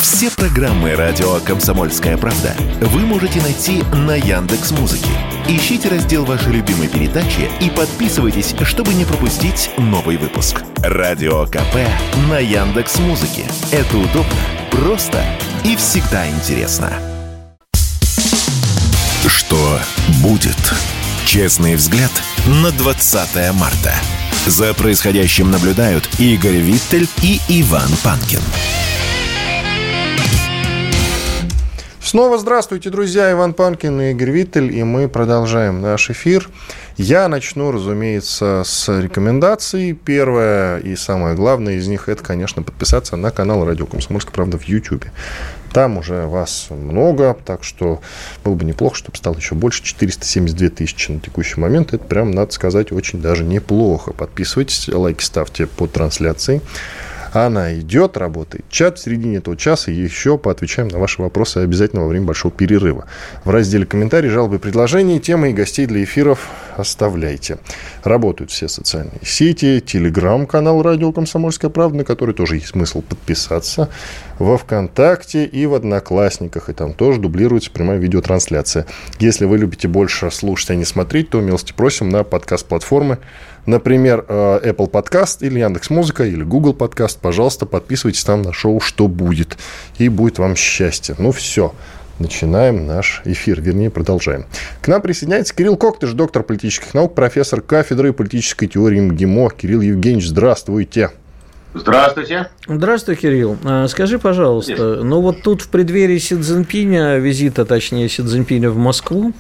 Все программы радио «Комсомольская правда» вы можете найти на Яндекс.Музыке. Ищите раздел вашей любимой передачи и подписывайтесь, чтобы не пропустить новый выпуск. Радио КП на Яндекс.Музыке. Это удобно, просто и всегда интересно. Что будет? Честный взгляд на 20 марта. За происходящим наблюдают Игорь Виттель и Иван Панкин. Снова здравствуйте, друзья. Иван Панкин и Игорь Виттель, и мы продолжаем наш эфир. Я начну, разумеется, с рекомендаций. Первое и самое главное из них – это, конечно, подписаться на канал «Радио Комсомольская правда» в Ютьюбе. Там уже вас много, так что было бы неплохо, чтобы стало еще больше. 472 тысячи на текущий момент. Это прям, надо сказать, очень даже неплохо. Подписывайтесь, лайки ставьте под трансляцией. Она идет, работает. Чат в середине этого часа. Еще поотвечаем на ваши вопросы обязательно во время большого перерыва. В разделе «Комментарии», «Жалобы и предложения», темы и гостей для эфиров оставляйте. Работают все социальные сети. Телеграм-канал «Радио Комсомольская правда», на который тоже есть смысл подписаться. Во ВКонтакте и в Одноклассниках. И там тоже дублируется прямая видеотрансляция. Если вы любите больше слушать, а не смотреть, то милости просим на подкаст-платформы. Например, Apple Podcast или Яндекс.Музыка или Google Podcast. Пожалуйста, подписывайтесь там на шоу «Что будет?» И будет вам счастье. Ну, все. Начинаем наш эфир. Вернее, продолжаем. К нам присоединяется Кирилл Коктыш, доктор политических наук, профессор кафедры политической теории МГИМО. Кирилл Евгеньевич, здравствуйте. Здравствуйте. Здравствуй, Кирилл. Скажи, пожалуйста, ну вот тут в преддверии Си Цзиньпиня, визита, точнее, Си Цзиньпиня в Москву,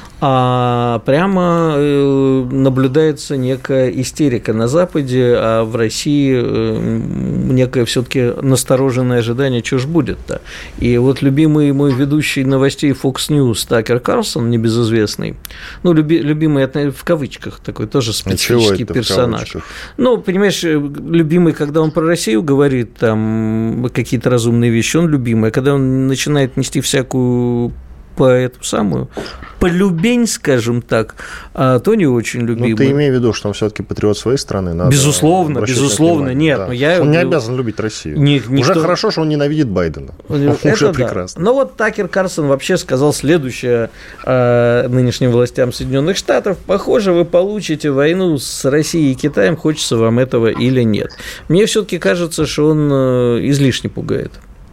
прямо наблюдается некая истерика на Западе, а в России некое все-таки настороженное ожидание, что ж будет-то. И вот любимый мой ведущий новостей Fox News Такер Карлсон, небезызвестный, ну, любимый это в кавычках, такой тоже специфический персонаж. Ну, понимаешь, любимый, когда он про Россию говорит там какие-то разумные вещи, он любимый, а когда он начинает нести всякую по эту самую полюбень, скажем так, то не очень любимый. Ну, ты имей в виду, что он все-таки патриот своей страны. Надо безусловно, нет. Да. Но я... Он не обязан любить Россию. Уже хорошо, что он ненавидит Байдена. Уже прекрасно. Но вот Такер Карлсон вообще сказал следующее нынешним властям Соединенных Штатов. Похоже, вы получите войну с Россией и Китаем, хочется вам этого или нет. Мне все-таки кажется, что он излишне пугает.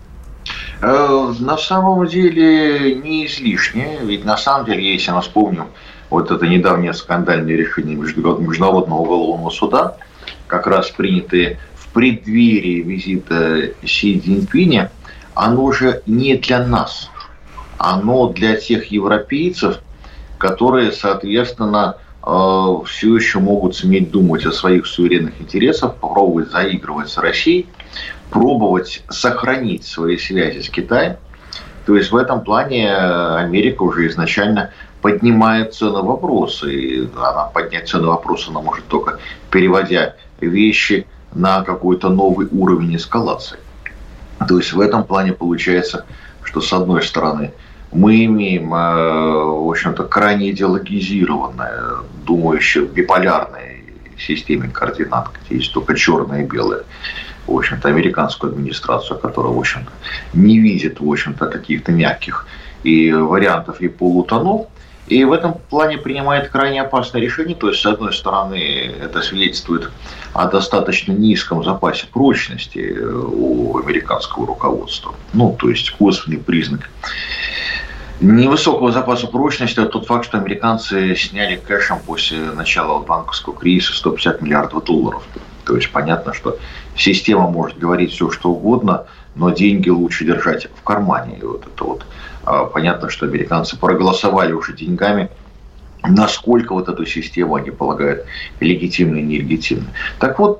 На самом деле не излишне, ведь на самом деле, если мы вспомним вот это недавнее скандальное решение Международного уголовного суда, как раз принятое в преддверии визита Си Цзиньпиня, оно же не для нас, оно для тех европейцев, которые, соответственно, все еще могут суметь думать о своих суверенных интересах, попробовать заигрывать с Россией, пробовать сохранить свои связи с Китаем. То есть в этом плане Америка уже изначально поднимает цены вопросы. И она поднять цены вопросы она может только переводя вещи на какой-то новый уровень эскалации. То есть в этом плане получается, что с одной стороны мы имеем, в общем-то, крайне идеологизированное, думающее в биполярной системе координат, где есть только черное и белое, в общем-то, американскую администрацию, которая, в общем-то, не видит, в общем-то, каких-то мягких и вариантов и полутонов, и в этом плане принимает крайне опасное решение. То есть, с одной стороны, это свидетельствует о достаточно низком запасе прочности у американского руководства. Ну, то есть, косвенный признак невысокого запаса прочности – это тот факт, что американцы сняли кэшем после начала банковского кризиса $150 миллиардов. То есть понятно, что система может говорить все, что угодно, но деньги лучше держать в кармане. И вот это вот понятно, что американцы проголосовали уже деньгами, насколько вот эту систему они полагают легитимной и нелегитимной. Так вот,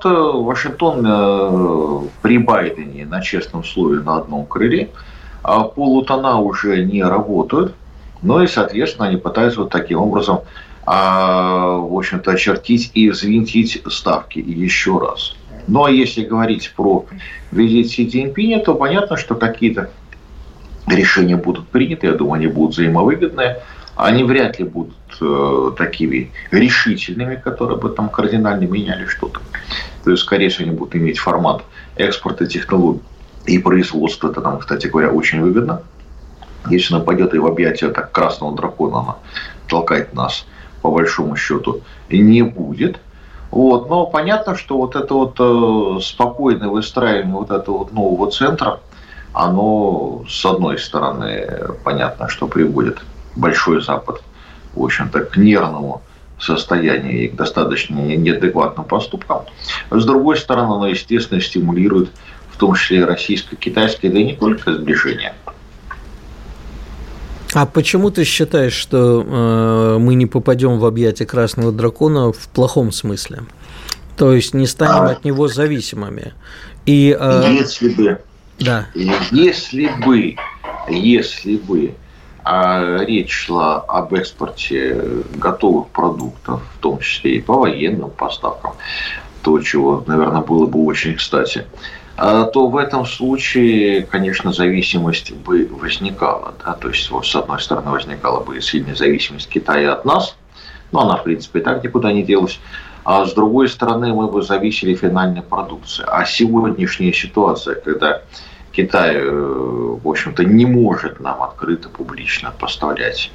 Вашингтон при Байдене на честном слове на одном крыле, полутона уже не работают, но и, соответственно, они пытаются вот таким образом, в общем-то, очертить и взвинтить ставки еще раз. Ну, а если говорить про визит Си Цзиньпиня, то понятно, что какие-то решения будут приняты, я думаю, они будут взаимовыгодные, они вряд ли будут такими решительными, которые бы там кардинально меняли что-то. То есть, скорее всего, они будут иметь формат экспорта технологий и производство это там, кстати говоря, очень выгодно. Если нападет и в объятия так, красного дракона, она толкать нас, по большому счету, не будет. Вот. Но понятно, что вот это вот спокойное выстраивание вот этого вот нового центра, оно, с одной стороны, понятно, что приводит Большой Запад, в общем-то, к нервному состоянию и к достаточно неадекватным поступкам. С другой стороны, оно, естественно, стимулирует в том числе и российско-китайское, да и не только сближение. А почему ты считаешь, что мы не попадем в объятия красного дракона в плохом смысле? То есть не станем от него зависимыми? И, если бы речь шла об экспорте готовых продуктов, в том числе и по военным поставкам, то, чего, наверное, было бы очень кстати, то в этом случае, конечно, зависимость бы возникала. Да? То есть, вот, с одной стороны, возникала бы сильная зависимость Китая от нас, но она, в принципе, и так никуда не делась. А с другой стороны, мы бы зависели финальной продукции. А сегодняшняя ситуация, когда Китай, в общем-то, не может нам открыто, публично поставлять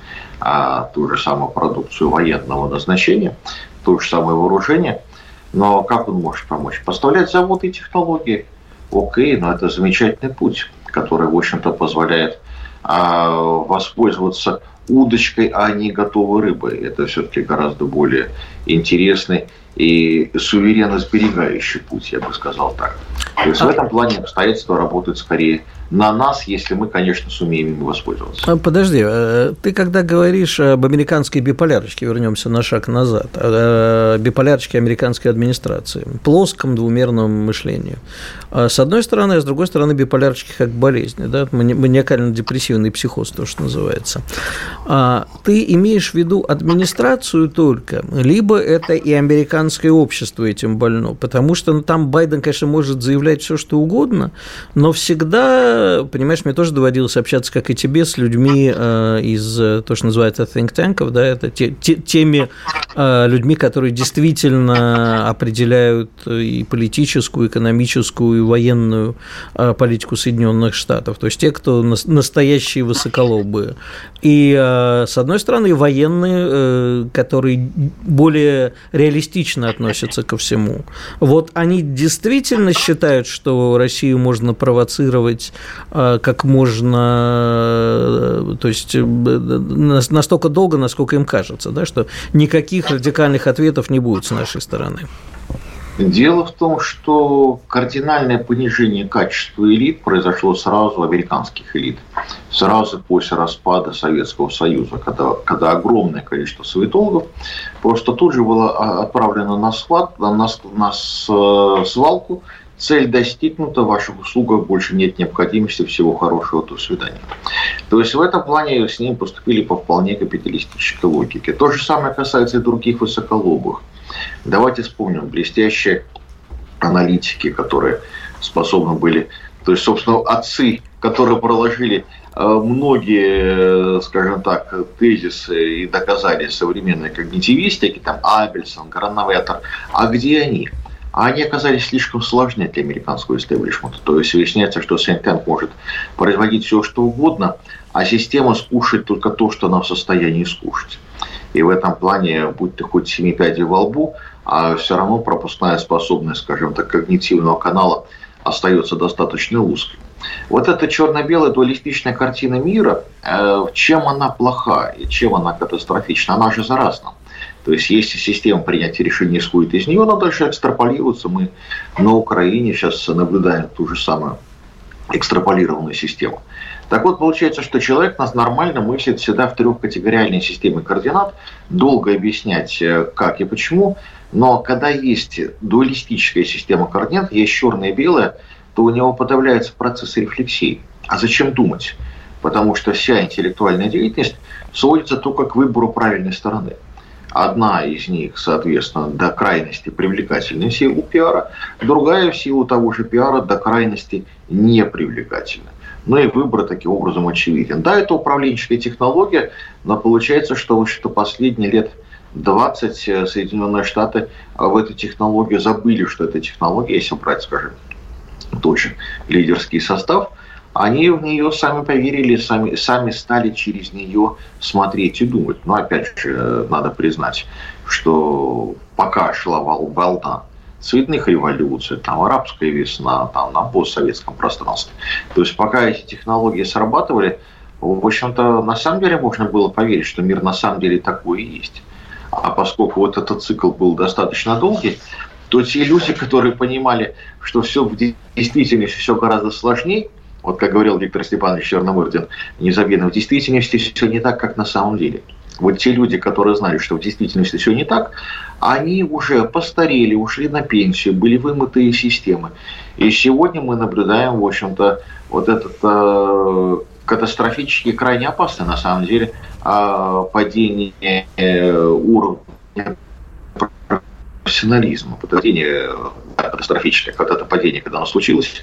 ту же самую продукцию военного назначения, то же самое вооружение, но как он может помочь? Поставлять заводы и технологии. Окей, но это замечательный путь, который, в общем-то, позволяет воспользоваться удочкой, а не готовой рыбой. Это все-таки гораздо более интересный и суверенно сберегающий путь, я бы сказал так. То есть в этом плане обстоятельства работают скорее на нас, если мы, конечно, сумеем им воспользоваться. Подожди, ты когда говоришь об американской биполярочке, вернемся на шаг назад, биполярочке американской администрации, плоском двумерном мышлении. С одной стороны, а с другой стороны, биполярочки как болезни, да, маниакально-депрессивный психоз, то, что называется. Ты имеешь в виду администрацию только, либо это и американское общество этим больно, потому что там Байден, конечно, может заявлять все, что угодно, но всегда, понимаешь, мне тоже доводилось общаться, как и тебе, с людьми из, то, что называется, think-tank'ов, да, это теми людьми, которые действительно определяют и политическую, и экономическую, и военную политику Соединенных Штатов, то есть те, кто настоящие высоколобые. И, с одной стороны, военные, которые более реалистично относятся ко всему. Вот они действительно считают, что Россию можно провоцировать как можно, то есть настолько долго, насколько им кажется, да, что никаких радикальных ответов не будет с нашей стороны. Дело в том, что кардинальное понижение качества элит произошло сразу, американских элит, сразу после распада Советского Союза, когда огромное количество советологов просто тут же было отправлено на свалку. Цель достигнута, в ваших услугах больше нет необходимости, всего хорошего, до свидания. То есть в этом плане с ним поступили по вполне капиталистической логике. То же самое касается и других высоколобых. Давайте вспомним блестящие аналитики, которые способны были, то есть, собственно, отцы, которые проложили многие, скажем так, тезисы и доказали современной когнитивистики, там Абельсон, Грановетер, а где они? А они оказались слишком сложны для американского истеблишмента. То есть выясняется, что think tank может производить все, что угодно, а система скушает только то, что она в состоянии скушать. И в этом плане, будь ты хоть 7 пядей во лбу, а все равно пропускная способность, скажем так, когнитивного канала остается достаточно узкой. Вот эта черно-белая дуалистичная картина мира, чем она плоха и чем она катастрофична? Она же заразна. То есть, если система принятия решений исходит из нее, она дальше экстраполируется. Мы на Украине сейчас наблюдаем ту же самую экстраполированную систему. Так вот, получается, что человек нас нормально мыслит всегда в трехкатегориальной системе координат, долго объяснять, как и почему, но когда есть дуалистическая система координат, есть черное и белое, то у него подавляется процесс рефлексии. А зачем думать? Потому что вся интеллектуальная деятельность сводится только к выбору правильной стороны. Одна из них, соответственно, до крайности привлекательна в силу пиара, другая в силу того же пиара до крайности непривлекательна. Ну и выбор таким образом очевиден. Да, это управленческая технология, но получается, что последние лет 20 Соединенные Штаты в эту технологию забыли, что это технология, если брать, скажем, тот же лидерский состав, они в нее сами поверили, сами стали через нее смотреть и думать. Но опять же, надо признать, что пока шла волна цветных революций, там, арабская весна, там, на постсоветском пространстве, то есть пока эти технологии срабатывали, в общем-то, на самом деле можно было поверить, что мир на самом деле такой и есть. А поскольку вот этот цикл был достаточно долгий, то те люди, которые понимали, что все в действительности все гораздо сложнее, вот как говорил Виктор Степанович Черномырдин, незабвенно, в действительности все не так, как на самом деле. Вот те люди, которые знали, что в действительности все не так, они уже постарели, ушли на пенсию, были вымытые системы. И сегодня мы наблюдаем, в общем-то, вот этот катастрофически крайне опасный, на самом деле, падение уровня профессионализма. Падение катастрофическое, когда это падение, когда оно случилось.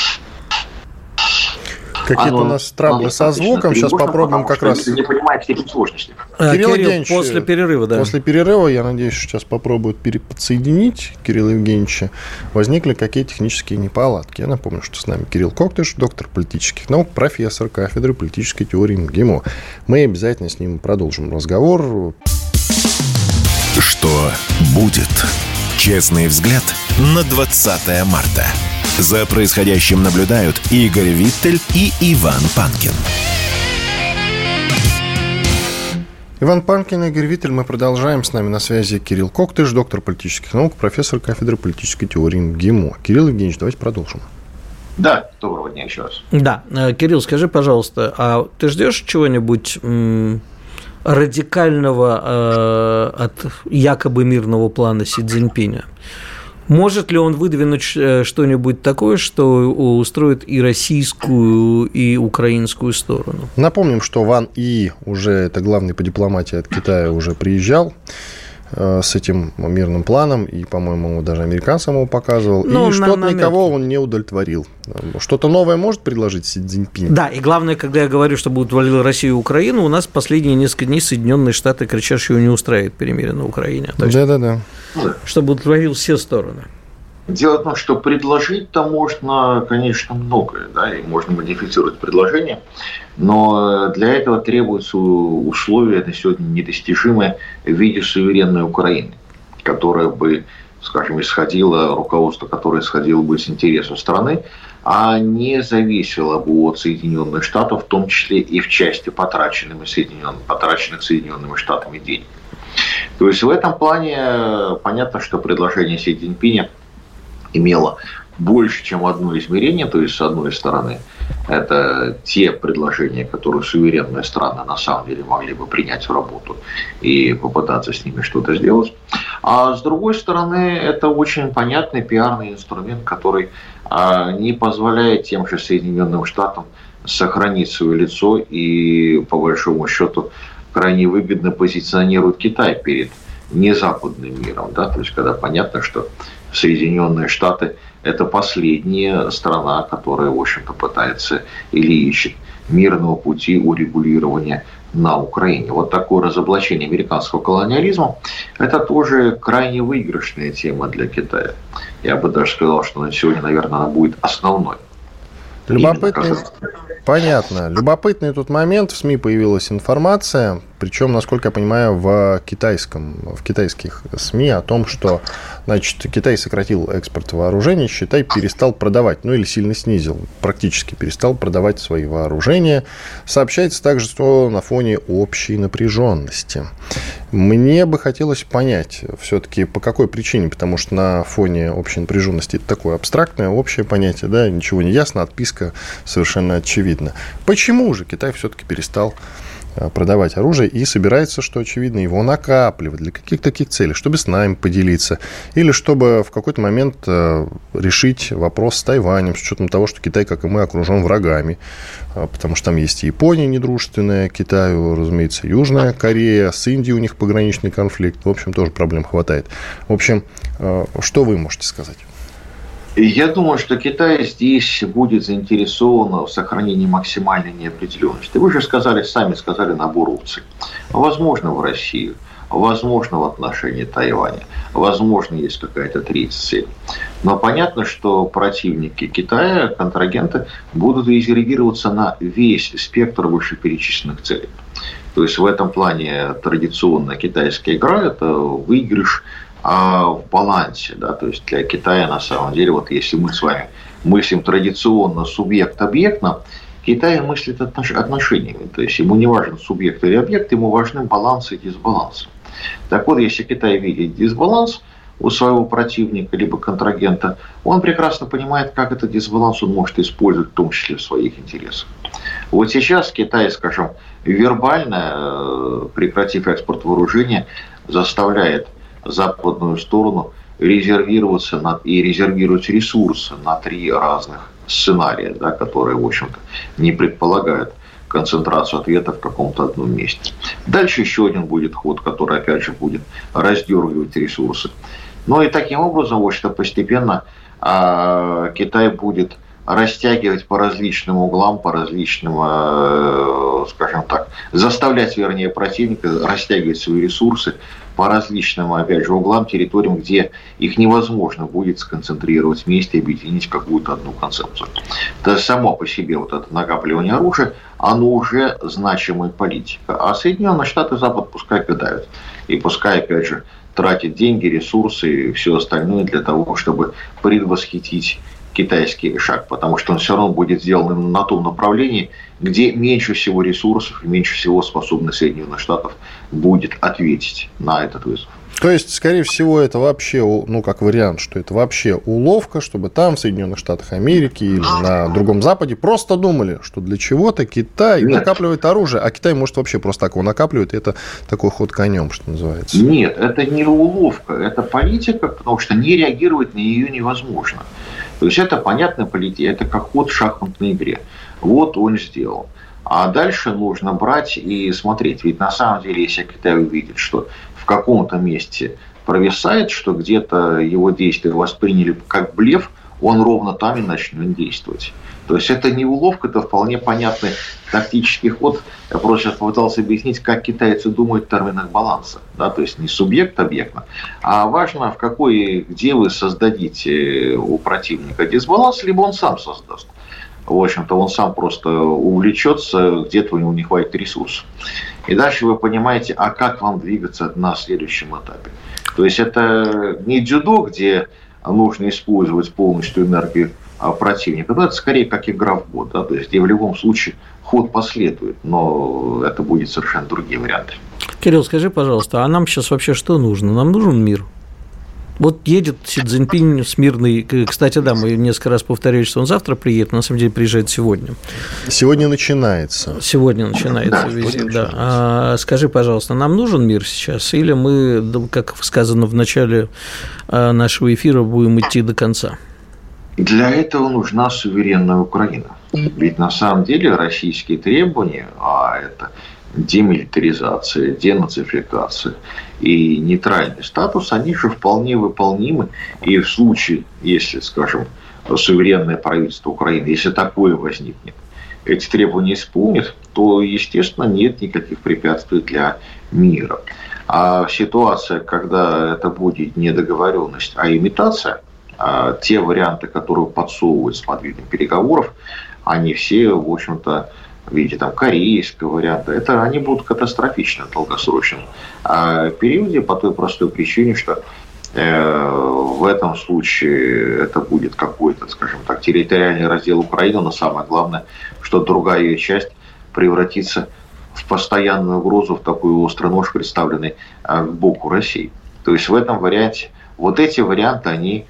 Какие-то у нас траблы со звуком. Сейчас попробуем как раз. Не понимаете степень сложности. Кирилл Евгеньевич, после перерыва, да. После перерыва, я надеюсь, сейчас попробуют подсоединить Кирилла Евгеньевича. Возникли какие технические неполадки. Я напомню, что с нами Кирилл Коктыш, доктор политических наук, профессор кафедры политической теории МГИМО. Мы обязательно с ним продолжим разговор. Что будет? Честный взгляд на 20 марта. За происходящим наблюдают Игорь Виттель и Иван Панкин. Иван Панкин и Игорь Виттель. Мы продолжаем. С нами на связи Кирилл Коктыш, доктор политических наук, профессор кафедры политической теории МГИМО. Кирилл Евгеньевич, давайте продолжим. Да, доброго дня еще раз. Да, Кирилл, скажи, пожалуйста, а ты ждешь чего-нибудь радикального от якобы мирного плана Си Цзиньпиня? Может ли он выдвинуть что-нибудь такое, что устроит и российскую, и украинскую сторону? Напомним, что Ван И, уже это главный по дипломатии от Китая, уже приезжал с этим мирным планом, и, по-моему, даже американцам его показывал, и что-то никого он не удовлетворил. Что-то новое может предложить Си Цзиньпинь? Да, и главное, когда я говорю, что удовлетворил Россию и Украину, у нас последние несколько дней Соединенные Штаты кричат, что его не устраивает перемирие на Украине. Да-да-да. Чтобы удовлетворил все стороны. Дело в том, что предложить-то можно, конечно, многое, да, и можно модифицировать предложение, но для этого требуются условия на сегодня недостижимые в виде суверенной Украины, которая бы, скажем, руководство которое исходило бы из интересов страны, а не зависело бы от Соединенных Штатов, в том числе и в части потраченных Соединенными Штатами денег. То есть в этом плане понятно, что предложение Си Цзиньпиня имело больше, чем одно измерение, то есть, с одной стороны, это те предложения, которые суверенные страны на самом деле могли бы принять в работу и попытаться с ними что-то сделать. А с другой стороны, это очень понятный пиарный инструмент, который не позволяет тем же Соединенным Штатам сохранить свое лицо и, по большому счету, крайне выгодно позиционирует Китай перед незападным миром. Да? То есть, когда понятно, что Соединенные Штаты – это последняя страна, которая, в общем-то, пытается или ищет мирного пути урегулирования на Украине. Вот такое разоблачение американского колониализма – это тоже крайне выигрышная тема для Китая. Я бы даже сказал, что на сегодня, наверное, она будет основной. Понятно. Любопытный тут момент. В СМИ появилась информация, причем, насколько я понимаю, в китайских СМИ о том, что, значит, Китай сократил экспорт вооружений, считай, перестал продавать, или сильно снизил, практически перестал продавать свои вооружения. Сообщается также, что на фоне общей напряженности. Мне бы хотелось понять, все-таки по какой причине, потому что на фоне общей напряженности это такое абстрактное, общее понятие, да, ничего не ясно, отписка совершенно очевидна. Почему же Китай все-таки перестал продавать оружие и собирается, что очевидно, его накапливать для каких-то таких целей, чтобы с нами поделиться, или чтобы в какой-то момент решить вопрос с Тайванем, с учетом того, что Китай, как и мы, окружен врагами, потому что там есть и Япония недружественная Китаю, разумеется, Южная Корея, с Индией у них пограничный конфликт, в общем, тоже проблем хватает. В общем, что вы можете сказать? Я думаю, что Китай здесь будет заинтересован в сохранении максимальной неопределенности. Вы же сами сказали набор опций. Возможно, в Россию, возможно, в отношении Тайваня, возможно, есть какая-то третья цель. Но понятно, что противники Китая, контрагенты, будут резервироваться на весь спектр вышеперечисленных целей. То есть в этом плане традиционно китайская игра – это выигрыш в балансе. Да? То есть для Китая на самом деле, вот если мы с вами мыслим традиционно субъект-объектно, Китай мыслит отношениями. То есть ему не важен субъект или объект, ему важны балансы и дисбалансы. Так вот, если Китай видит дисбаланс у своего противника либо контрагента, он прекрасно понимает, как этот дисбаланс он может использовать, в том числе в своих интересах. Вот сейчас Китай, скажем, вербально, прекратив экспорт вооружения, заставляет западную сторону резервироваться и резервировать ресурсы на 3 разных сценария, да, которые, в общем-то, не предполагают концентрацию ответа в каком-то одном месте. Дальше еще один будет ход, который, опять же, будет раздергивать ресурсы. Ну и таким образом, в общем-то, постепенно Китай будет растягивать по различным углам, по различным, скажем так, заставлять, вернее, противника растягивать свои ресурсы по различным, опять же, углам, территориям, где их невозможно будет сконцентрировать вместе и объединить в какую-то одну концепцию. То есть само по себе вот это накапливание оружия, оно уже значимая политика. А Соединенные Штаты и Запад пускай гадают. И пускай, опять же, тратят деньги, ресурсы и все остальное для того, чтобы предвосхитить китайский шаг, потому что он все равно будет сделан на том направлении, где меньше всего ресурсов и меньше всего способность Соединенных Штатов будет ответить на этот вызов. То есть, скорее всего, это вообще, ну, как вариант, что это вообще уловка, чтобы там, в Соединенных Штатах Америки или на другом Западе, просто думали, что для чего-то Китай накапливает оружие, а Китай, может, вообще просто так его накапливает, и это такой ход конем, что называется. Нет, это не уловка, это политика, потому что не реагировать на нее невозможно. То есть, это понятная политика, это как ход в шахматной игре. Вот он сделал. А дальше нужно брать и смотреть. Ведь на самом деле, если Китай увидит, что в каком-то месте провисает, что где-то его действия восприняли как блеф, он ровно там и начнет действовать. То есть это не уловка, это вполне понятный тактический ход. Я просто попытался объяснить, как китайцы думают в терминах баланса. Да? То есть не субъект-объектно, а важно, где вы создадите у противника дисбаланс, либо он сам создаст. В общем-то, он сам просто увлечется, где-то у него не хватит ресурсов. И дальше вы понимаете, а как вам двигаться на следующем этапе. То есть это не дзюдо, где нужно использовать полностью энергию противника. Но это скорее как игра в бот, да? То есть где в любом случае ход последует, но это будет совершенно другие варианты. Кирилл, скажи, пожалуйста, а нам сейчас вообще что нужно? Нам нужен мир? Вот едет Си Цзиньпинь с мирной... Кстати, да, мы несколько раз повторяли, что он завтра приедет, на самом деле приезжает сегодня. Сегодня начинается. Визит, да. А скажи, пожалуйста, нам нужен мир сейчас? Или мы, как сказано в начале нашего эфира, будем идти до конца? Для этого нужна суверенная Украина. Ведь на самом деле российские требования, а это демилитаризация, денацификация и нейтральный статус, они же вполне выполнимы. И в случае, если, скажем, суверенное правительство Украины, если такое возникнет, эти требования исполнит, то, естественно, нет никаких препятствий для мира. А ситуация, когда это будет не договоренность, а имитация, те варианты, которые подсовываются под видом переговоров, они все, в общем-то, видите, там корейского варианта, это они будут катастрофичны в долгосрочном периоде по той простой причине, что в этом случае это будет какой-то, скажем так, территориальный раздел Украины, но самое главное, что другая ее часть превратится в постоянную угрозу, в такой острый нож, представленный к боку России. То есть в этом варианте, вот эти варианты, они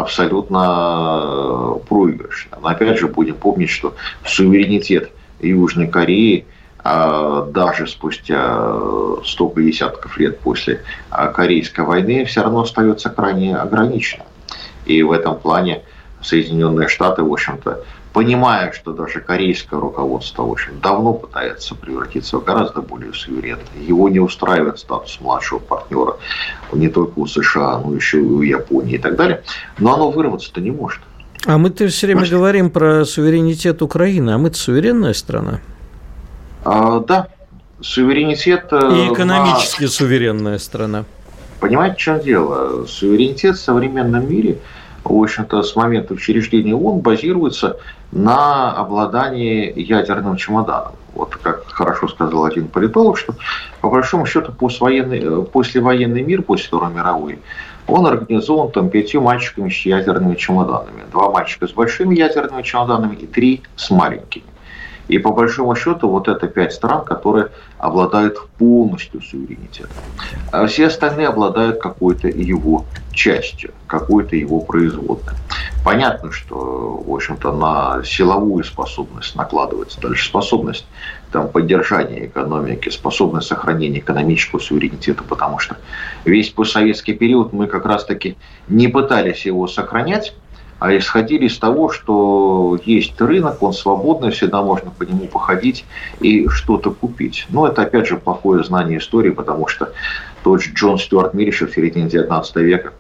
абсолютно проигрышны. Но опять же будем помнить, что суверенитет Южной Кореи даже спустя столько десятков лет после Корейской войны все равно остается крайне ограниченным. И в этом плане Соединенные Штаты, в общем-то, понимая, что даже корейское руководство, в общем, давно пытается превратиться в гораздо более суверенное. Его не устраивает статус младшего партнера не только у США, но еще и у Японии и так далее. Но оно вырваться-то не может. А мы-то все время говорим про суверенитет Украины, а мы-то суверенная страна. Да, суверенитет... И экономически суверенная страна. Понимаете, в чем дело? Суверенитет в современном мире, в общем-то, с момента учреждения ООН базируется на обладании ядерным чемоданом. Вот как хорошо сказал один политолог, что по большому счету послевоенный мир, после Второй мировой, он организован там 5 мальчиками с ядерными чемоданами. 2 мальчика с большими ядерными чемоданами и 3 с маленькими. И по большому счету вот это 5 стран, которые обладают полностью суверенитетом. А все остальные обладают какой-то его частью, какой-то его производной. Понятно, что, в общем-то, на силовую способность накладывается дальше способность там, поддержания экономики, способность сохранения экономического суверенитета, потому что весь постсоветский период мы как раз-таки не пытались его сохранять, а исходили из того, что есть рынок, он свободный, всегда можно по нему походить и что-то купить. Но это, опять же, плохое знание истории, потому что тот же Джон Стюарт Милл еще в середине 19 века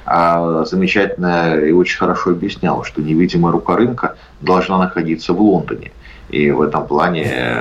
замечательно и очень хорошо объяснял, что невидимая рука рынка должна находиться в Лондоне. И в этом плане,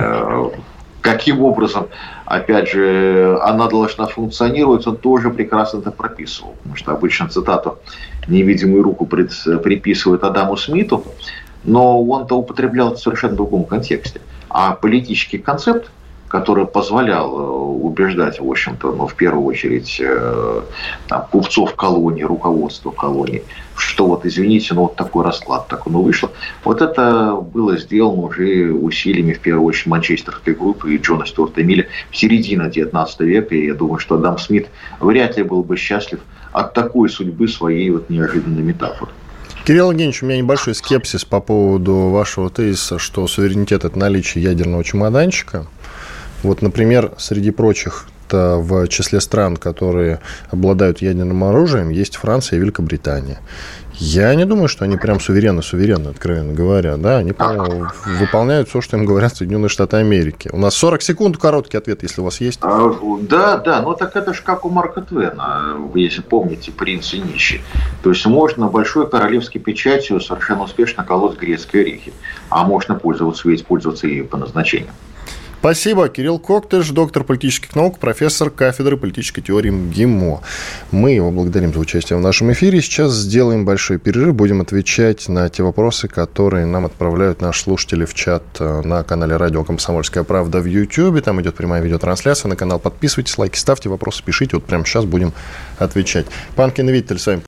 каким образом, опять же, она должна функционировать, он тоже прекрасно это прописывал. Потому что обычно цитату «невидимую руку» приписывают Адаму Смиту, но он-то употреблял это в совершенно другом контексте. А политический концепт, который позволял убеждать, в общем-то, в первую очередь, там, купцов колонии, руководство колонии, что вот, извините, вот такой расклад, так оно вышло. Вот это было сделано уже усилиями, в первую очередь, манчестерской группы и Джона Стюарта Милля в середине 19 века. И я думаю, что Адам Смит вряд ли был бы счастлив от такой судьбы своей вот неожиданной метафоры. Кирилл Евгеньевич, у меня небольшой скепсис по поводу вашего тезиса, что суверенитет – это наличие ядерного чемоданчика. Вот, например, среди прочих в числе стран, которые обладают ядерным оружием, есть Франция и Великобритания. Я не думаю, что они прям суверенно, откровенно говоря. Да? Они, по-моему, выполняют все, что им говорят Соединенные Штаты Америки. У нас 40 секунд, короткий ответ, если у вас есть. Да, ну так это же как у Марка Твена, если помните, «Принц и нищий». То есть можно большой королевской печатью совершенно успешно колоть грецкие орехи, а можно пользоваться ею по назначению. Спасибо. Кирилл Коктыш, доктор политических наук, профессор кафедры политической теории МГИМО. Мы его благодарим за участие в нашем эфире. Сейчас сделаем большой перерыв. Будем отвечать на те вопросы, которые нам отправляют наши слушатели в чат на канале радио «Комсомольская правда» в YouTube. Там идет прямая видеотрансляция. На канал подписывайтесь, лайки ставьте, вопросы пишите. Вот прямо сейчас будем отвечать. Панкин и Виттель с вами.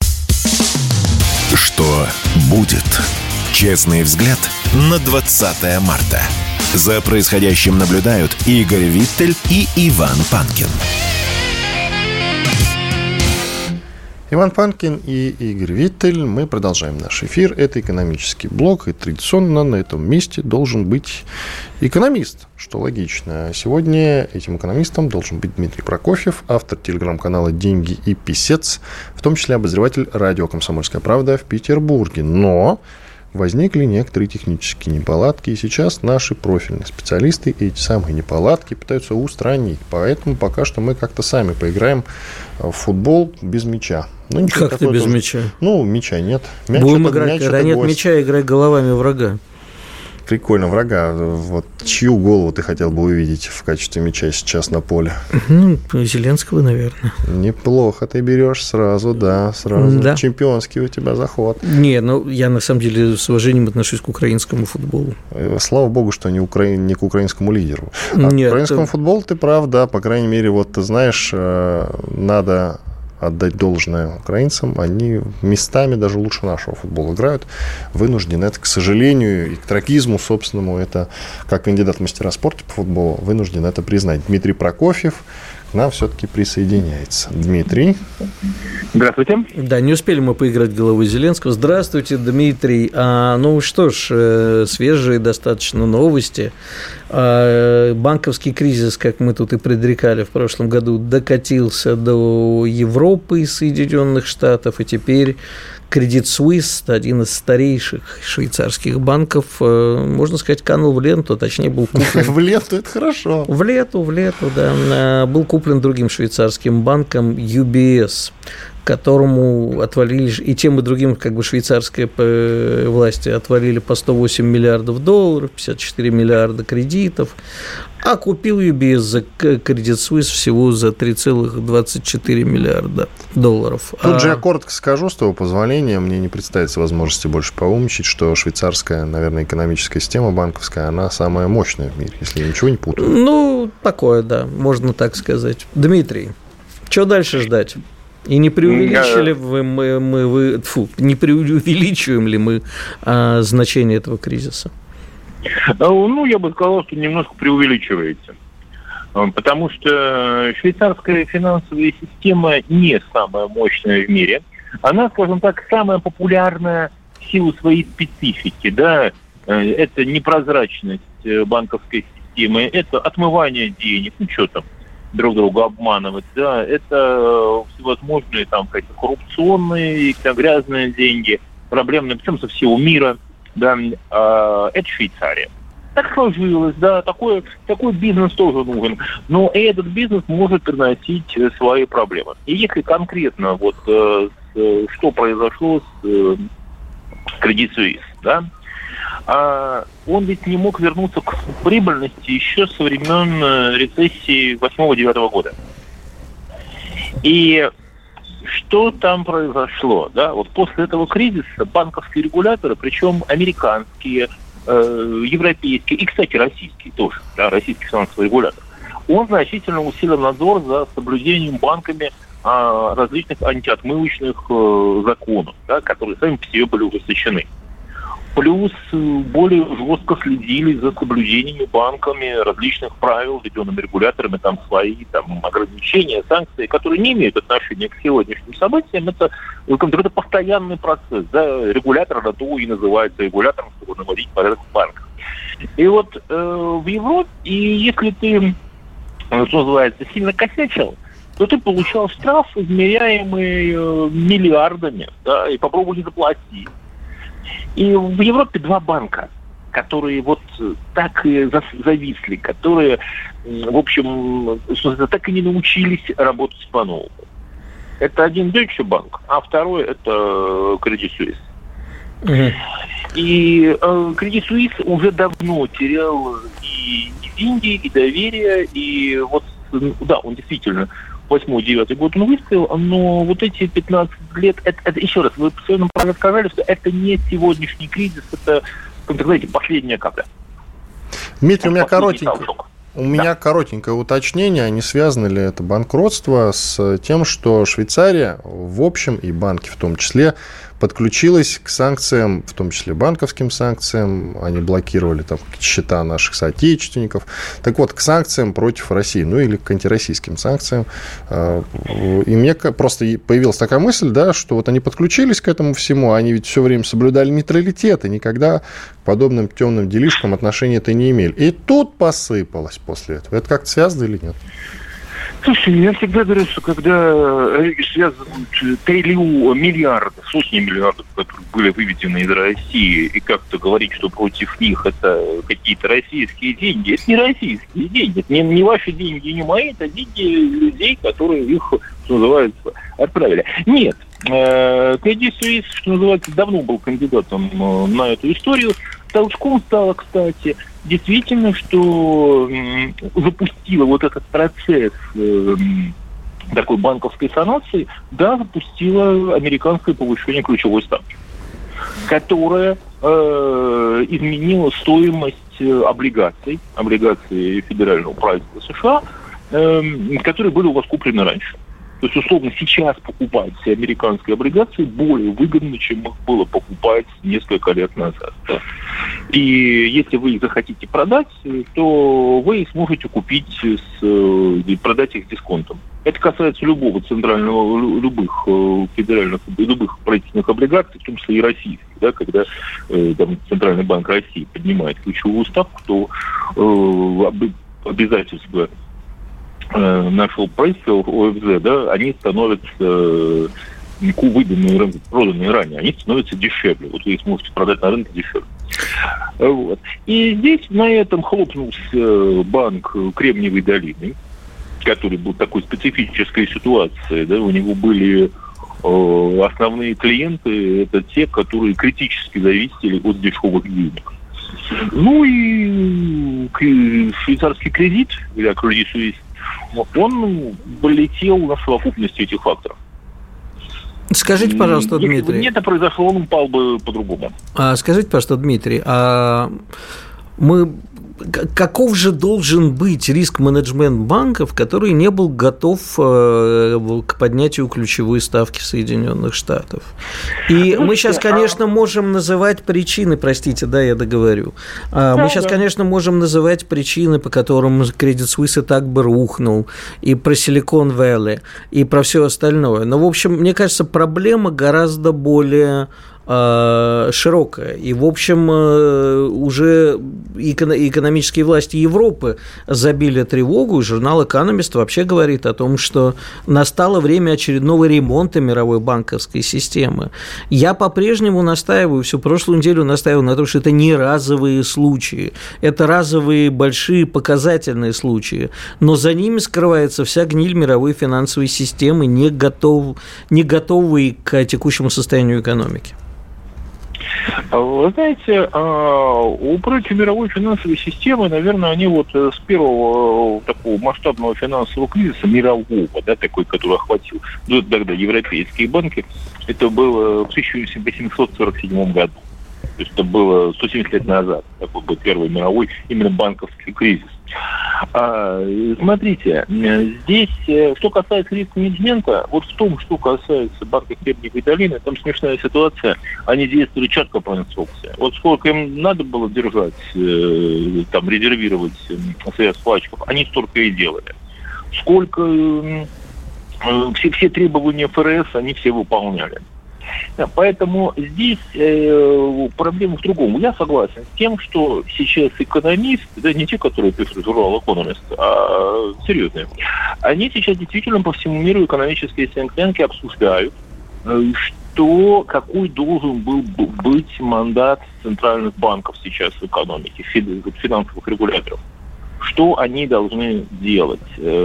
Что будет? Честный взгляд на 20 марта. За происходящим наблюдают Игорь Виттель и Иван Панкин. Иван Панкин и Игорь Виттель. Мы продолжаем наш эфир. Это экономический блок. И традиционно на этом месте должен быть экономист, что логично. Сегодня этим экономистом должен быть Дмитрий Прокофьев, автор телеграм-канала «Деньги и писец», в том числе обозреватель радио «Комсомольская правда» в Петербурге. Но возникли некоторые технические неполадки, и сейчас наши профильные специалисты эти самые неполадки пытаются устранить. Поэтому пока что мы как-то сами поиграем в футбол без мяча. Ну, как-то без мяча? Ну, мяча нет. Мяч будем играть, когда нет мяча, играть головами врага. Прикольно, врага. Вот чью голову ты хотел бы увидеть в качестве мяча сейчас на поле? Ну, Зеленского, наверное. Неплохо ты берешь сразу, да, сразу. Да. Чемпионский у тебя заход. Не, ну, я на самом деле с уважением отношусь к украинскому футболу. Слава богу, что не к украинскому лидеру. А к украинскому футболу ты прав, да, по крайней мере, вот ты знаешь, надо отдать должное украинцам, они местами даже лучше нашего футбола играют, вынуждены, это, к сожалению, и к трагизму собственному, это как кандидат в мастера спорта по футболу, вынужден это признать. Дмитрий Прокофьев к нам все-таки присоединяется. Дмитрий. Здравствуйте. Да, не успели мы поиграть головой Зеленского. Здравствуйте, Дмитрий. Ну что ж, свежие достаточно новости. Банковский кризис, как мы тут и предрекали в прошлом году, докатился до Европы и Соединенных Штатов, и теперь Credit Suisse, один из старейших швейцарских банков, можно сказать, канул в ленту, точнее, был куплен... В ленту, это хорошо. В лету, да. Был куплен другим швейцарским банком UBS. которому отвалили, и тем, и другим, как бы швейцарские власти отвалили по 108 миллиардов долларов, 54 миллиарда кредитов, а купил UBS за Credit Suisse всего за 3,24 миллиарда долларов. Тут же я коротко скажу, с твоего позволения, мне не представится возможности больше поумничать, что швейцарская, наверное, экономическая система банковская, она самая мощная в мире, если я ничего не путаю. Ну, такое, да, можно так сказать. Дмитрий, что дальше ждать? И не преувеличиваем ли мы значение этого кризиса? Ну, я бы сказал, что немножко преувеличиваете. Потому что швейцарская финансовая система не самая мощная в мире. Она, скажем так, самая популярная в силу своей специфики. Да? Это непрозрачность банковской системы, это отмывание денег, ну что там, друг друга обманывать, да, это всевозможные там какие-то коррупционные, грязные деньги, проблемные, причем со всего мира, да, это Швейцария. Так сложилось, да, такой бизнес тоже нужен, но этот бизнес может приносить свои проблемы. И если конкретно вот что произошло с Credit Suisse, да, он ведь не мог вернуться к прибыльности еще со времен рецессии 8-9 года. И что там произошло? Да? Вот после этого кризиса банковские регуляторы, причем американские, европейские и, кстати, российские тоже, да, российский финансовый регулятор, он значительно усилил надзор за соблюдением банками различных антиотмывочных законов, да, которые сами по себе были ужесточены. Плюс более жестко следили за соблюдением банками различных правил, введенными регуляторами, там свои там, ограничения, санкции, которые не имеют отношения к сегодняшним событиям. Это постоянный процесс. Да? Регулятор на то и называется регулятором, чтобы наводить порядок в банках. И вот в Европе, и если ты, что называется, сильно косячил, то ты получал штраф, измеряемый миллиардами, да, и попробуй не заплатить. И в Европе два банка, которые вот так и зависли, которые, в общем, так и не научились работать по-новому. Это один Deutsche Bank, а второй это Credit Suisse. Mm-hmm. И Credit Suisse уже давно терял и деньги, и доверие, и вот, да, он действительно 8-9 год он выстоял, но вот эти 15 лет, это еще раз, вы в своем праве сказали, что это не сегодняшний кризис, это, как вы знаете, последняя капля. Дмитрий, у меня коротенькое уточнение, не связано ли это банкротство с тем, что Швейцария, в общем, и банки в том числе, подключилась к санкциям, в том числе банковским санкциям, они блокировали там счета наших соотечественников, так вот, к санкциям против России, ну или к антироссийским санкциям. И мне просто появилась такая мысль, да, что вот они подключились к этому всему, они ведь все время соблюдали нейтралитет и никогда к подобным темным делишкам отношения-то не имели. И тут посыпалось после этого. Это как-то связано или нет? Слушай, я всегда говорю, что когда связывают миллиарды, сотни миллиардов, которые были выведены из России, и как-то говорить, что против них это какие-то российские деньги, это не российские деньги, это не ваши деньги, не мои, это деньги людей, которые их, что называется, отправили. Нет, Credit Suisse, что называется, давно был кандидатом на эту историю. Толчком стало, кстати, действительно, что запустила вот этот процесс такой банковской санации, да, запустила американское повышение ключевой ставки, которая изменила стоимость облигаций федерального правительства США, которые были у вас куплены раньше. То есть, условно, сейчас покупать американские облигации более выгодно, чем их было покупать несколько лет назад. Да. И если вы их захотите продать, то вы сможете продать их с дисконтом. Это касается любых федеральных, любых правительственных облигаций, в том числе и российских. Да, когда там, Центральный банк России поднимает ключевую ставку, то обязательства нашего правительства ОФЗ, да, они становятся выданные, проданные ранее, они становятся дешевле. Вот вы их сможете продать на рынке дешевле. Вот. И здесь на этом хлопнулся банк Кремниевой долины, который был в такой специфической ситуации. Да, у него были основные клиенты – это те, которые критически зависели от дешевых денег. Ну и швейцарский кредит, или Credit Suisse, он полетел на совокупности этих факторов. Скажите, пожалуйста, Дмитрий. Если бы не это произошло, он упал бы по-другому. Скажите, пожалуйста, Дмитрий, каков же должен быть риск-менеджмент банков, который не был готов к поднятию ключевой ставки Соединенных Штатов? И мы сейчас, конечно, можем называть причины, простите, да, я договорю. Мы сейчас, конечно, можем называть причины, по которым Credit Suisse и так бы рухнул, и про Silicon Valley, и про все остальное. Но, в общем, мне кажется, проблема гораздо более широкая. И, в общем, уже экономические власти Европы забили тревогу, и журнал «Экономист» вообще говорит о том, что настало время очередного ремонта мировой банковской системы. Я по-прежнему настаиваю, всю прошлую неделю настаиваю на том, что это не разовые случаи, это разовые большие показательные случаи, но за ними скрывается вся гниль мировой финансовой системы, не готовой к текущему состоянию экономики. Вы знаете, управители мировой финансовой системы, наверное, они вот с первого такого масштабного финансового кризиса, мирового, да, такой, который охватил тогда европейские банки, это было в 1847 году. То есть это было 170 лет назад. Такой был первый мировой именно банковский кризис. Смотрите, здесь, что касается риск-менеджмента, вот в том, что касается банка Кремниевой долины, там смешная ситуация, они действовали четко по инструкции. Вот сколько им надо было держать, там, резервировать средств вкладчиков, они столько и делали. Сколько все требования ФРС они все выполняли. Поэтому здесь проблема в другом. Я согласен с тем, что сейчас экономисты, да, не те, которые пишут журнал «Экономист», а серьезные, они сейчас действительно по всему миру экономические think-танки обсуждают, какой должен был быть мандат центральных банков сейчас в экономике, финансовых регуляторов. Что они должны делать,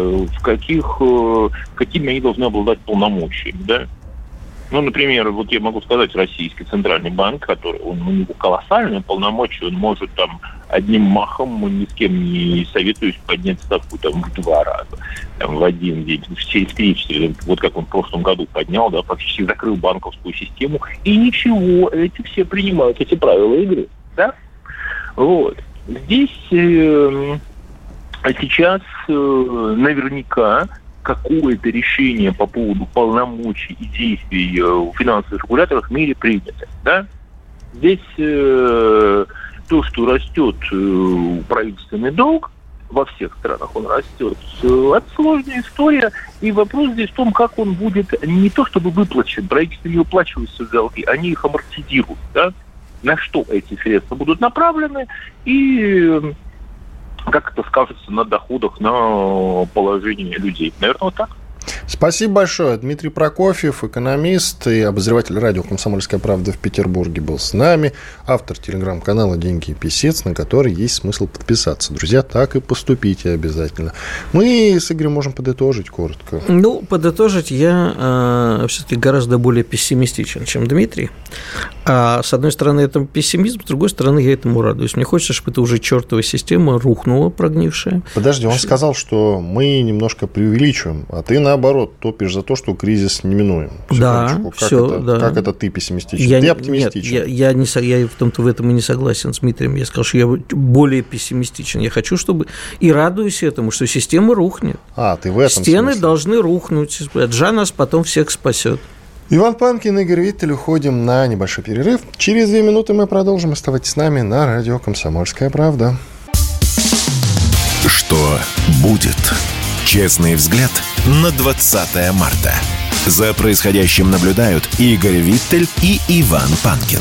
какими они должны обладать полномочиями, да? Ну, например, вот я могу сказать, Российский центральный банк, который, у него колоссальные полномочия, он может там одним махом, ни с кем не советуюсь, поднять ставку там в 2 раза, там, в один день, через 3-4, вот как он в прошлом году поднял, да, практически закрыл банковскую систему, и ничего, эти все принимают эти правила игры, да? Вот. Здесь сейчас наверняка какое-то решение по поводу полномочий и действий финансовых регуляторов в мире принято. Да? Здесь то, что растет правительственный долг, во всех странах он растет, это сложная история. И вопрос здесь в том, как он будет не то чтобы выплачен, правительство не выплачивает свои долги, они их амортизируют. Да? На что эти средства будут направлены и как это скажется на доходах, на положении людей. Наверное, вот так. Спасибо большое. Дмитрий Прокофьев, экономист и обозреватель радио «Комсомольская правда» в Петербурге был с нами. Автор телеграм-канала «Деньги и писец», на который есть смысл подписаться. Друзья, так и поступите обязательно. Мы с Игорем можем подытожить коротко. Ну, подытожить я все-таки гораздо более пессимистичен, чем Дмитрий. С одной стороны, это пессимизм, с другой стороны, я этому радуюсь. Мне хочется, чтобы это уже чертова система рухнула, прогнившая. Подожди, он сказал, что мы немножко преувеличиваем, а ты, наоборот, топишь за то, что кризис неминуем. Да, все, да. Как это ты пессимистичен? Ты оптимистичен. Нет, я в этом и не согласен с Дмитрием. Я сказал, что я более пессимистичен. Я хочу, чтобы... И радуюсь этому, что система рухнет. Ты в этом Стены смысле должны рухнуть. Джа нас потом всех спасет. Иван Панкин, Игорь Виттель. Уходим на небольшой перерыв. Через 2 минуты мы продолжим. Оставайтесь с нами на радио «Комсомольская правда». Что будет? Честный взгляд на 20 марта. За происходящим наблюдают Игорь Виттель и Иван Панкин.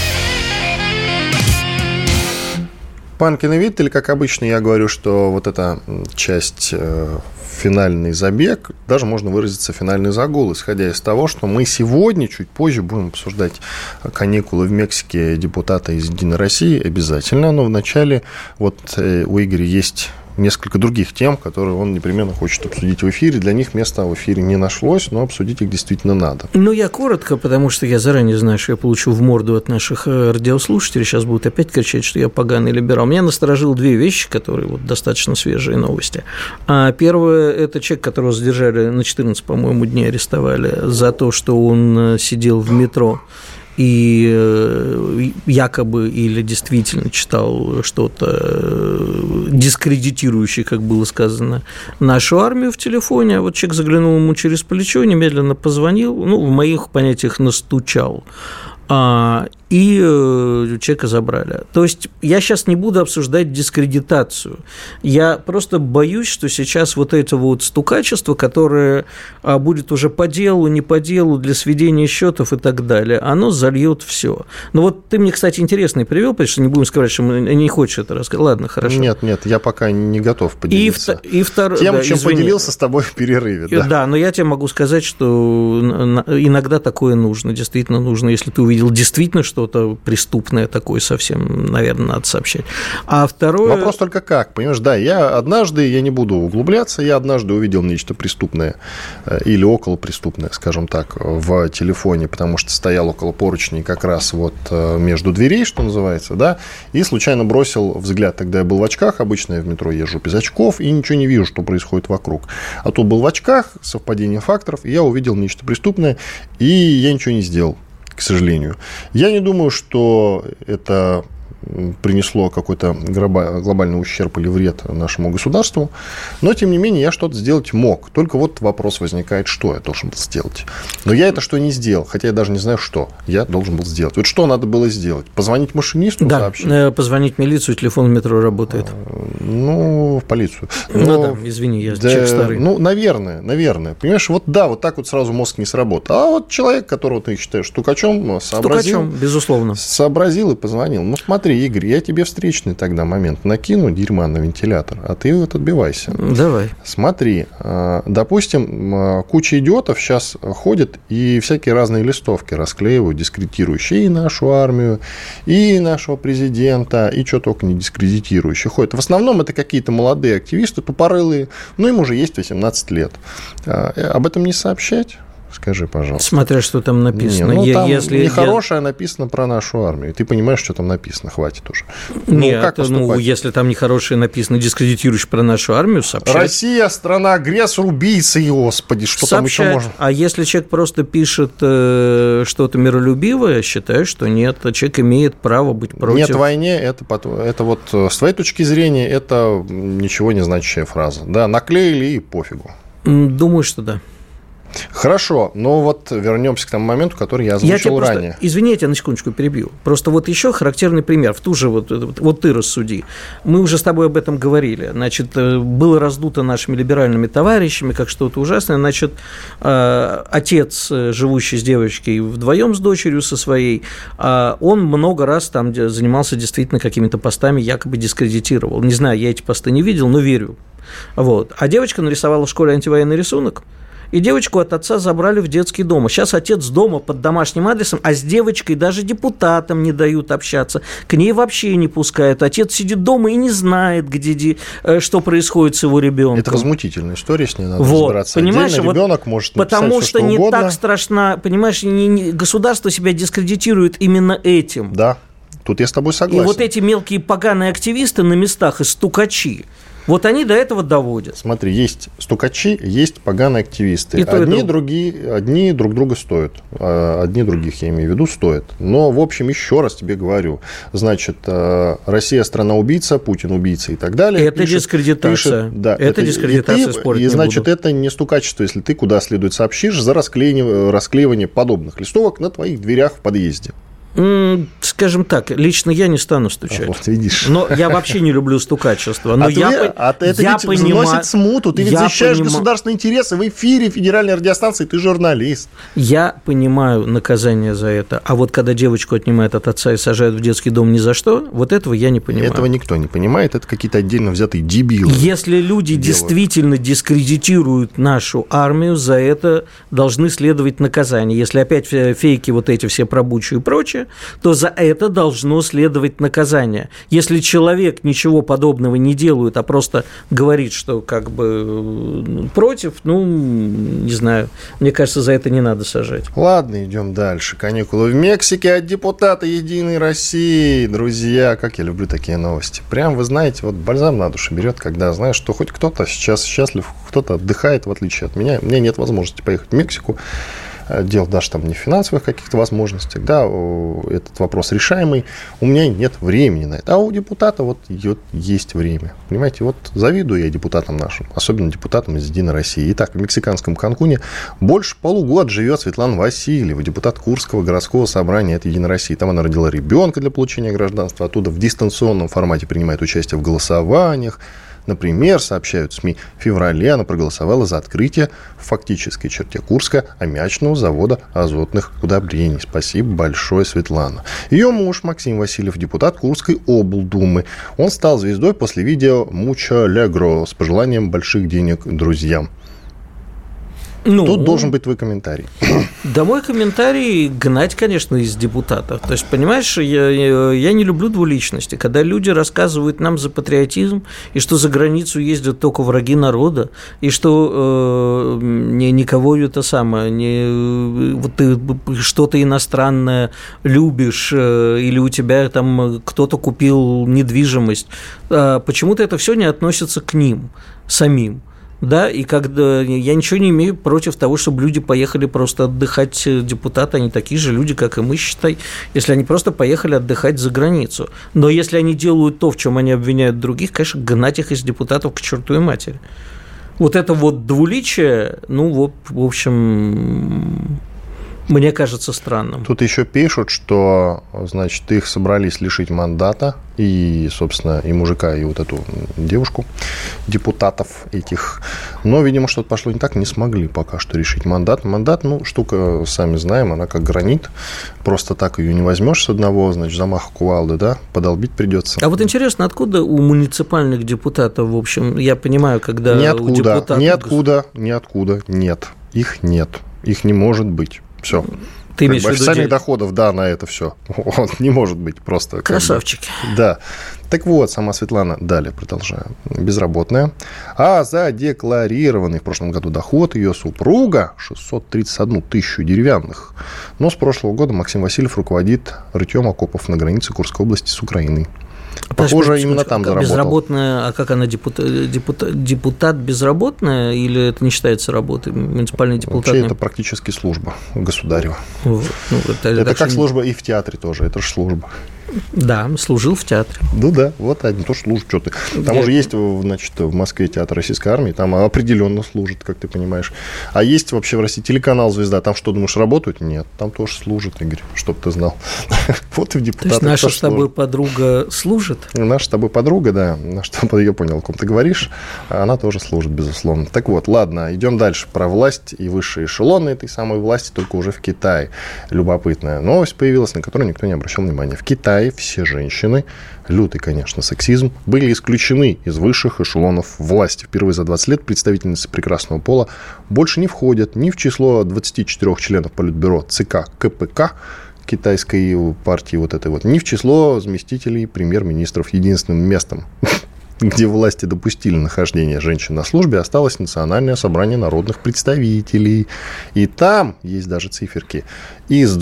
Панкин и Виттель, как обычно, я говорю, что вот эта часть финальный забег, даже можно выразиться финальный загул, исходя из того, что мы сегодня, чуть позже, будем обсуждать каникулы в Мексике депутата из «Единой России» обязательно, но вначале вот у Игоря есть несколько других тем, которые он непременно хочет обсудить в эфире. Для них места в эфире не нашлось, но обсудить их действительно надо. Ну, я коротко, потому что я заранее знаю, что я получу в морду от наших радиослушателей. Сейчас будут опять кричать, что я поганый либерал. Меня насторожило две вещи, которые вот достаточно свежие новости. Первое – это человек, которого задержали на 14, по-моему, дней, арестовали за то, что он сидел в метро и якобы или действительно читал что-то дискредитирующее, как было сказано, нашу армию в телефоне. А вот человек заглянул ему через плечо, немедленно позвонил, в моих понятиях настучал, и человека забрали. То есть я сейчас не буду обсуждать дискредитацию. Я просто боюсь, что сейчас вот это вот стукачество, которое будет уже по делу, не по делу, для сведения счетов и так далее, оно зальет все. Но вот ты мне, кстати, интересный привел, потому что не будем сказать, что не хочешь это рассказать. Ладно, хорошо. Нет, я пока не готов поделиться. Тем, чем поделился с тобой в перерыве. Да, но я тебе могу сказать, что иногда такое нужно, действительно нужно, если ты увидел действительно что-то преступное такое совсем, наверное, надо сообщать. А второе... Вопрос только как, понимаешь, да, я не буду углубляться, я однажды увидел нечто преступное или околопреступное, скажем так, в телефоне, потому что стоял около поручней как раз вот между дверей, что называется, да, и случайно бросил взгляд, тогда я был в очках, обычно я в метро езжу без очков и ничего не вижу, что происходит вокруг. А тут был в очках, совпадение факторов, и я увидел нечто преступное, и я ничего не сделал, к сожалению. Я не думаю, что это принесло какой-то глобальный ущерб или вред нашему государству, но, тем не менее, я что-то сделать мог. Только вот вопрос возникает, что я должен был сделать. Но я это что не сделал, хотя я даже не знаю, что я должен был сделать. Вот что надо было сделать? Позвонить машинисту, сообщить? Да, позвонить в милицию, телефон в метро работает. В полицию. Извини, я человек старый. Наверное. Понимаешь, вот так вот сразу мозг не сработал. А вот человек, которого ты считаешь стукачом, безусловно. Сообразил и позвонил. Смотри, Игорь, я тебе встречный тогда момент накину дерьма на вентилятор, а ты вот отбивайся. Давай. Смотри, допустим, куча идиотов сейчас ходит и всякие разные листовки расклеивают, дискредитирующие и нашу армию, и нашего президента, и что только не дискредитирующие ходят. В основном это какие-то молодые активисты, тупорылые, им уже есть 18 лет. Об этом не сообщать? Скажи, пожалуйста. Смотря что там написано. Там нехорошее написано про нашу армию. Ты понимаешь, что там написано. Хватит уже. Если там нехорошее написано, дискредитируешь про нашу армию, сообщать. Россия, страна-агрессор, убийца, и, господи, что сообщать. Там еще можно? А если человек просто пишет что-то миролюбивое, считаю, что нет. Человек имеет право быть против. Нет войне, это вот с твоей точки зрения, это ничего не значащая фраза. Да, наклеили и пофигу. Думаю, что да. Хорошо, но вот вернемся к тому моменту, который я озвучил ранее. Извини, я тебя на секундочку перебью. Просто вот еще характерный пример. В ту же вот ты рассуди. Мы уже с тобой об этом говорили. Значит, было раздуто нашими либеральными товарищами как что-то ужасное. Значит, отец, живущий с девочкой вдвоем с дочерью со своей, он много раз там занимался действительно какими-то постами, якобы дискредитировал. Не знаю, я эти посты не видел, но верю. Вот. А девочка нарисовала в школе антивоенный рисунок, и девочку от отца забрали в детский дом. Сейчас отец дома под домашним адресом, а с девочкой даже депутатам не дают общаться. К ней вообще не пускают. Отец сидит дома и не знает, что происходит с его ребенком. Это возмутительная история, с ней надо разбираться. Понимаешь, отдельно. Ребенок может написать потому все, что что не угодно. так страшно, понимаешь, государство себя дискредитирует именно этим. Да, тут я с тобой согласен. И вот эти мелкие поганые активисты на местах и стукачи, вот они до этого доводят. Смотри, есть стукачи, есть поганые активисты. Одни друг друга стоят. Одни других, я имею в виду, стоят. Но, в общем, еще раз тебе говорю. Значит, Россия страна-убийца, Путин убийца и так далее. Это дискредитация. Это дискредитация, спорить не буду. И, значит, это не стукачество, если ты куда следует сообщишь за расклеивание подобных листовок на твоих дверях в подъезде. Скажем так, лично я не стану стучать. Вот видишь. Но я вообще не люблю стукачество. Но это ведь вносит смуту. Ты ведь защищаешь государственные интересы в эфире федеральной радиостанции, ты журналист. Я понимаю наказание за это. А вот когда девочку отнимают от отца и сажают в детский дом ни за что, вот этого я не понимаю. Этого никто не понимает. Это какие-то отдельно взятые дебилы. Если люди действительно дискредитируют нашу армию, за это должны следовать наказания. Если опять фейки вот эти все про Бучу и прочее, прочее, то за это должно следовать наказание. Если человек ничего подобного не делает, а просто говорит, что как бы против, не знаю, мне кажется, за это не надо сажать. Ладно, идем дальше. Каникулы в Мексике от депутата «Единой России». Друзья, как я люблю такие новости. Прям, вы знаете, вот бальзам на душу берет, когда знаешь, что хоть кто-то сейчас счастлив, кто-то отдыхает, в отличие от меня. У меня нет возможности поехать в Мексику. Дело даже там не в финансовых каких-то возможностях, да, этот вопрос решаемый. У меня нет времени на это. А у депутата вот есть время. Понимаете, вот завидую я депутатам нашим, особенно депутатам из «Единой России». Итак, в мексиканском Канкуне больше полугода живет Светлана Васильева, депутат Курского городского собрания от «Единой России». Там она родила ребенка для получения гражданства, оттуда в дистанционном формате принимает участие в голосованиях. Например, сообщают СМИ, в феврале она проголосовала за открытие в фактической черте Курска аммиачного завода азотных удобрений. Спасибо большое, Светлана. Ее муж Максим Васильев, депутат Курской облдумы. Он стал звездой после видео «Mucho Alegro» с пожеланием больших денег друзьям. Тут должен быть твой комментарий. Да, мой комментарий гнать, конечно, из депутатов. То есть, понимаешь, я не люблю двуличности. Когда люди рассказывают нам за патриотизм, и что за границу ездят только враги народа, и что никого это самое, вот ты что-то иностранное любишь, или у тебя там кто-то купил недвижимость, почему-то это все не относится к ним самим. Да, и когда я ничего не имею против того, чтобы люди поехали просто отдыхать, депутаты, они такие же люди, как и мы, считай, если они просто поехали отдыхать за границу. Но если они делают то, в чем они обвиняют других, конечно, гнать их из депутатов к чертовой матери. Вот это вот двуличие, в общем, мне кажется странным. Тут еще пишут, что, значит, их собрались лишить мандата, и, собственно, и мужика, и вот эту девушку, депутатов этих. Но, видимо, что-то пошло не так, не смогли пока что решить мандат. Мандат, штука, сами знаем, она как гранит. Просто так ее не возьмешь с одного, значит, замаха кувалды, да, подолбить придется. А вот интересно, откуда у муниципальных депутатов, в общем, я понимаю, когда у депутатов... Ниоткуда, нет. Их нет. Их не может быть. Все. Ты имеешь в виду официальных доходов, да, на это все. Не может быть просто. Красавчики. Да. Так вот, сама Светлана, далее продолжаю, безработная. А задекларированный в прошлом году доход ее супруга 631 тысячу деревянных. Но с прошлого года Максим Васильев руководит рытьем окопов на границе Курской области с Украиной. Похоже, именно там заработал. Безработная, а как она, депутат безработная, или это не считается работой? Муниципальный депутат? Вообще это практически служба государева. Это как служба и в театре тоже, это же служба. Да, служил в театре. Ну да, вот один тоже служит что-то. Там уже есть, значит, в Москве театр Российской армии, там определенно служит, как ты понимаешь. А есть вообще в России телеканал «Звезда», там что, думаешь, работают? Нет, там тоже служит, Игорь, чтоб ты знал. Вот и в депутатах. То есть наша с тобой подруга служит? Наша с тобой подруга, да, я понял, о ком ты говоришь, она тоже служит, безусловно. Так вот, ладно, идем дальше про власть и высшие эшелоны этой самой власти, только уже в Китае. Любопытная новость появилась, на которую никто не обращал внимания. В Китае все женщины, лютый, конечно, сексизм, были исключены из высших эшелонов власти. Впервые за 20 лет представительницы прекрасного пола больше не входят ни в число 24 членов Политбюро ЦК КПК китайской партии вот этой вот, ни в число заместителей премьер-министров. Единственным местом, где власти допустили нахождение женщин на службе, осталось Национальное собрание народных представителей. И там есть даже циферки. Из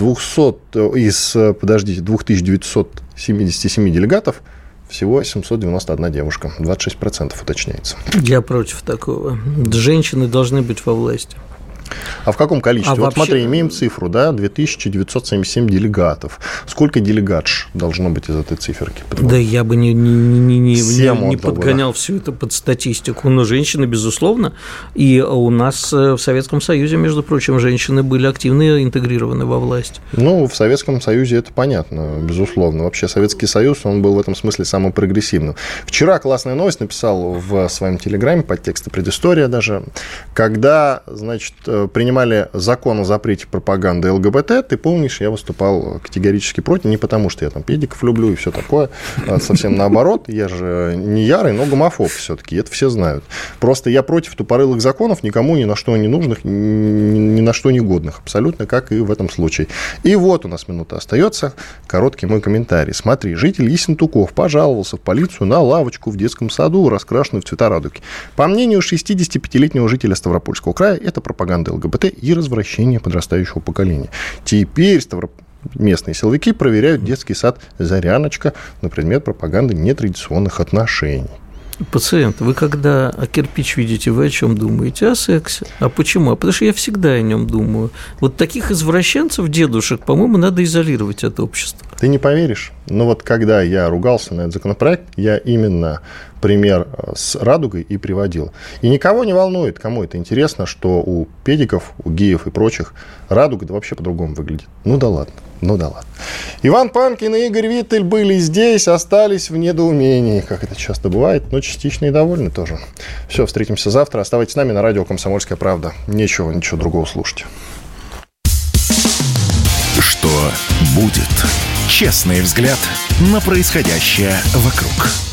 2977 делегатов всего 791 девушка. 26% уточняется. Я против такого. Женщины должны быть во власти. А в каком количестве? Вот вообще... смотри, имеем цифру, да, 2977 делегатов. Сколько делегатш должно быть из этой циферки? Да я бы не подгонял все это под статистику. Но женщины, безусловно. И у нас в Советском Союзе, между прочим, женщины были активно интегрированы во власть. Ну, в Советском Союзе это понятно, безусловно. Вообще Советский Союз, он был в этом смысле самым прогрессивным. Вчера классная новость написал в своем телеграме, подтексты предыстория даже, когда, значит, принимали закон о запрете пропаганды ЛГБТ, ты помнишь, я выступал категорически против, не потому что я там педиков люблю и все такое, совсем наоборот, я же не ярый, но гомофоб все-таки, это все знают. Просто я против тупорылых законов, никому ни на что не нужных, ни на что не годных, абсолютно, как и в этом случае. И вот у нас минута остается, короткий мой комментарий. Смотри, житель Ессентуков пожаловался в полицию на лавочку в детском саду, раскрашенную в цвета радуги. По мнению 65-летнего жителя Ставропольского края, это пропаганда ЛГБТ и развращение подрастающего поколения. Теперь местные силовики проверяют детский сад «Заряночка» на предмет пропаганды нетрадиционных отношений. Пациент, вы когда кирпич видите, вы о чем думаете? О сексе. А почему? Потому что я всегда о нем думаю. Вот таких извращенцев, дедушек, по-моему, надо изолировать от общества. Ты не поверишь, но вот когда я ругался на этот законопроект, я именно пример с радугой и приводил. И никого не волнует, кому это интересно, что у педиков, у геев и прочих радуга да вообще по-другому выглядит. Ну да ладно. Иван Панкин и Игорь Виттель были здесь, остались в недоумении, как это часто бывает, но частично и довольны тоже. Все, встретимся завтра. Оставайтесь с нами на радио «Комсомольская правда». Ничего другого слушать. Что будет? Честный взгляд на происходящее вокруг.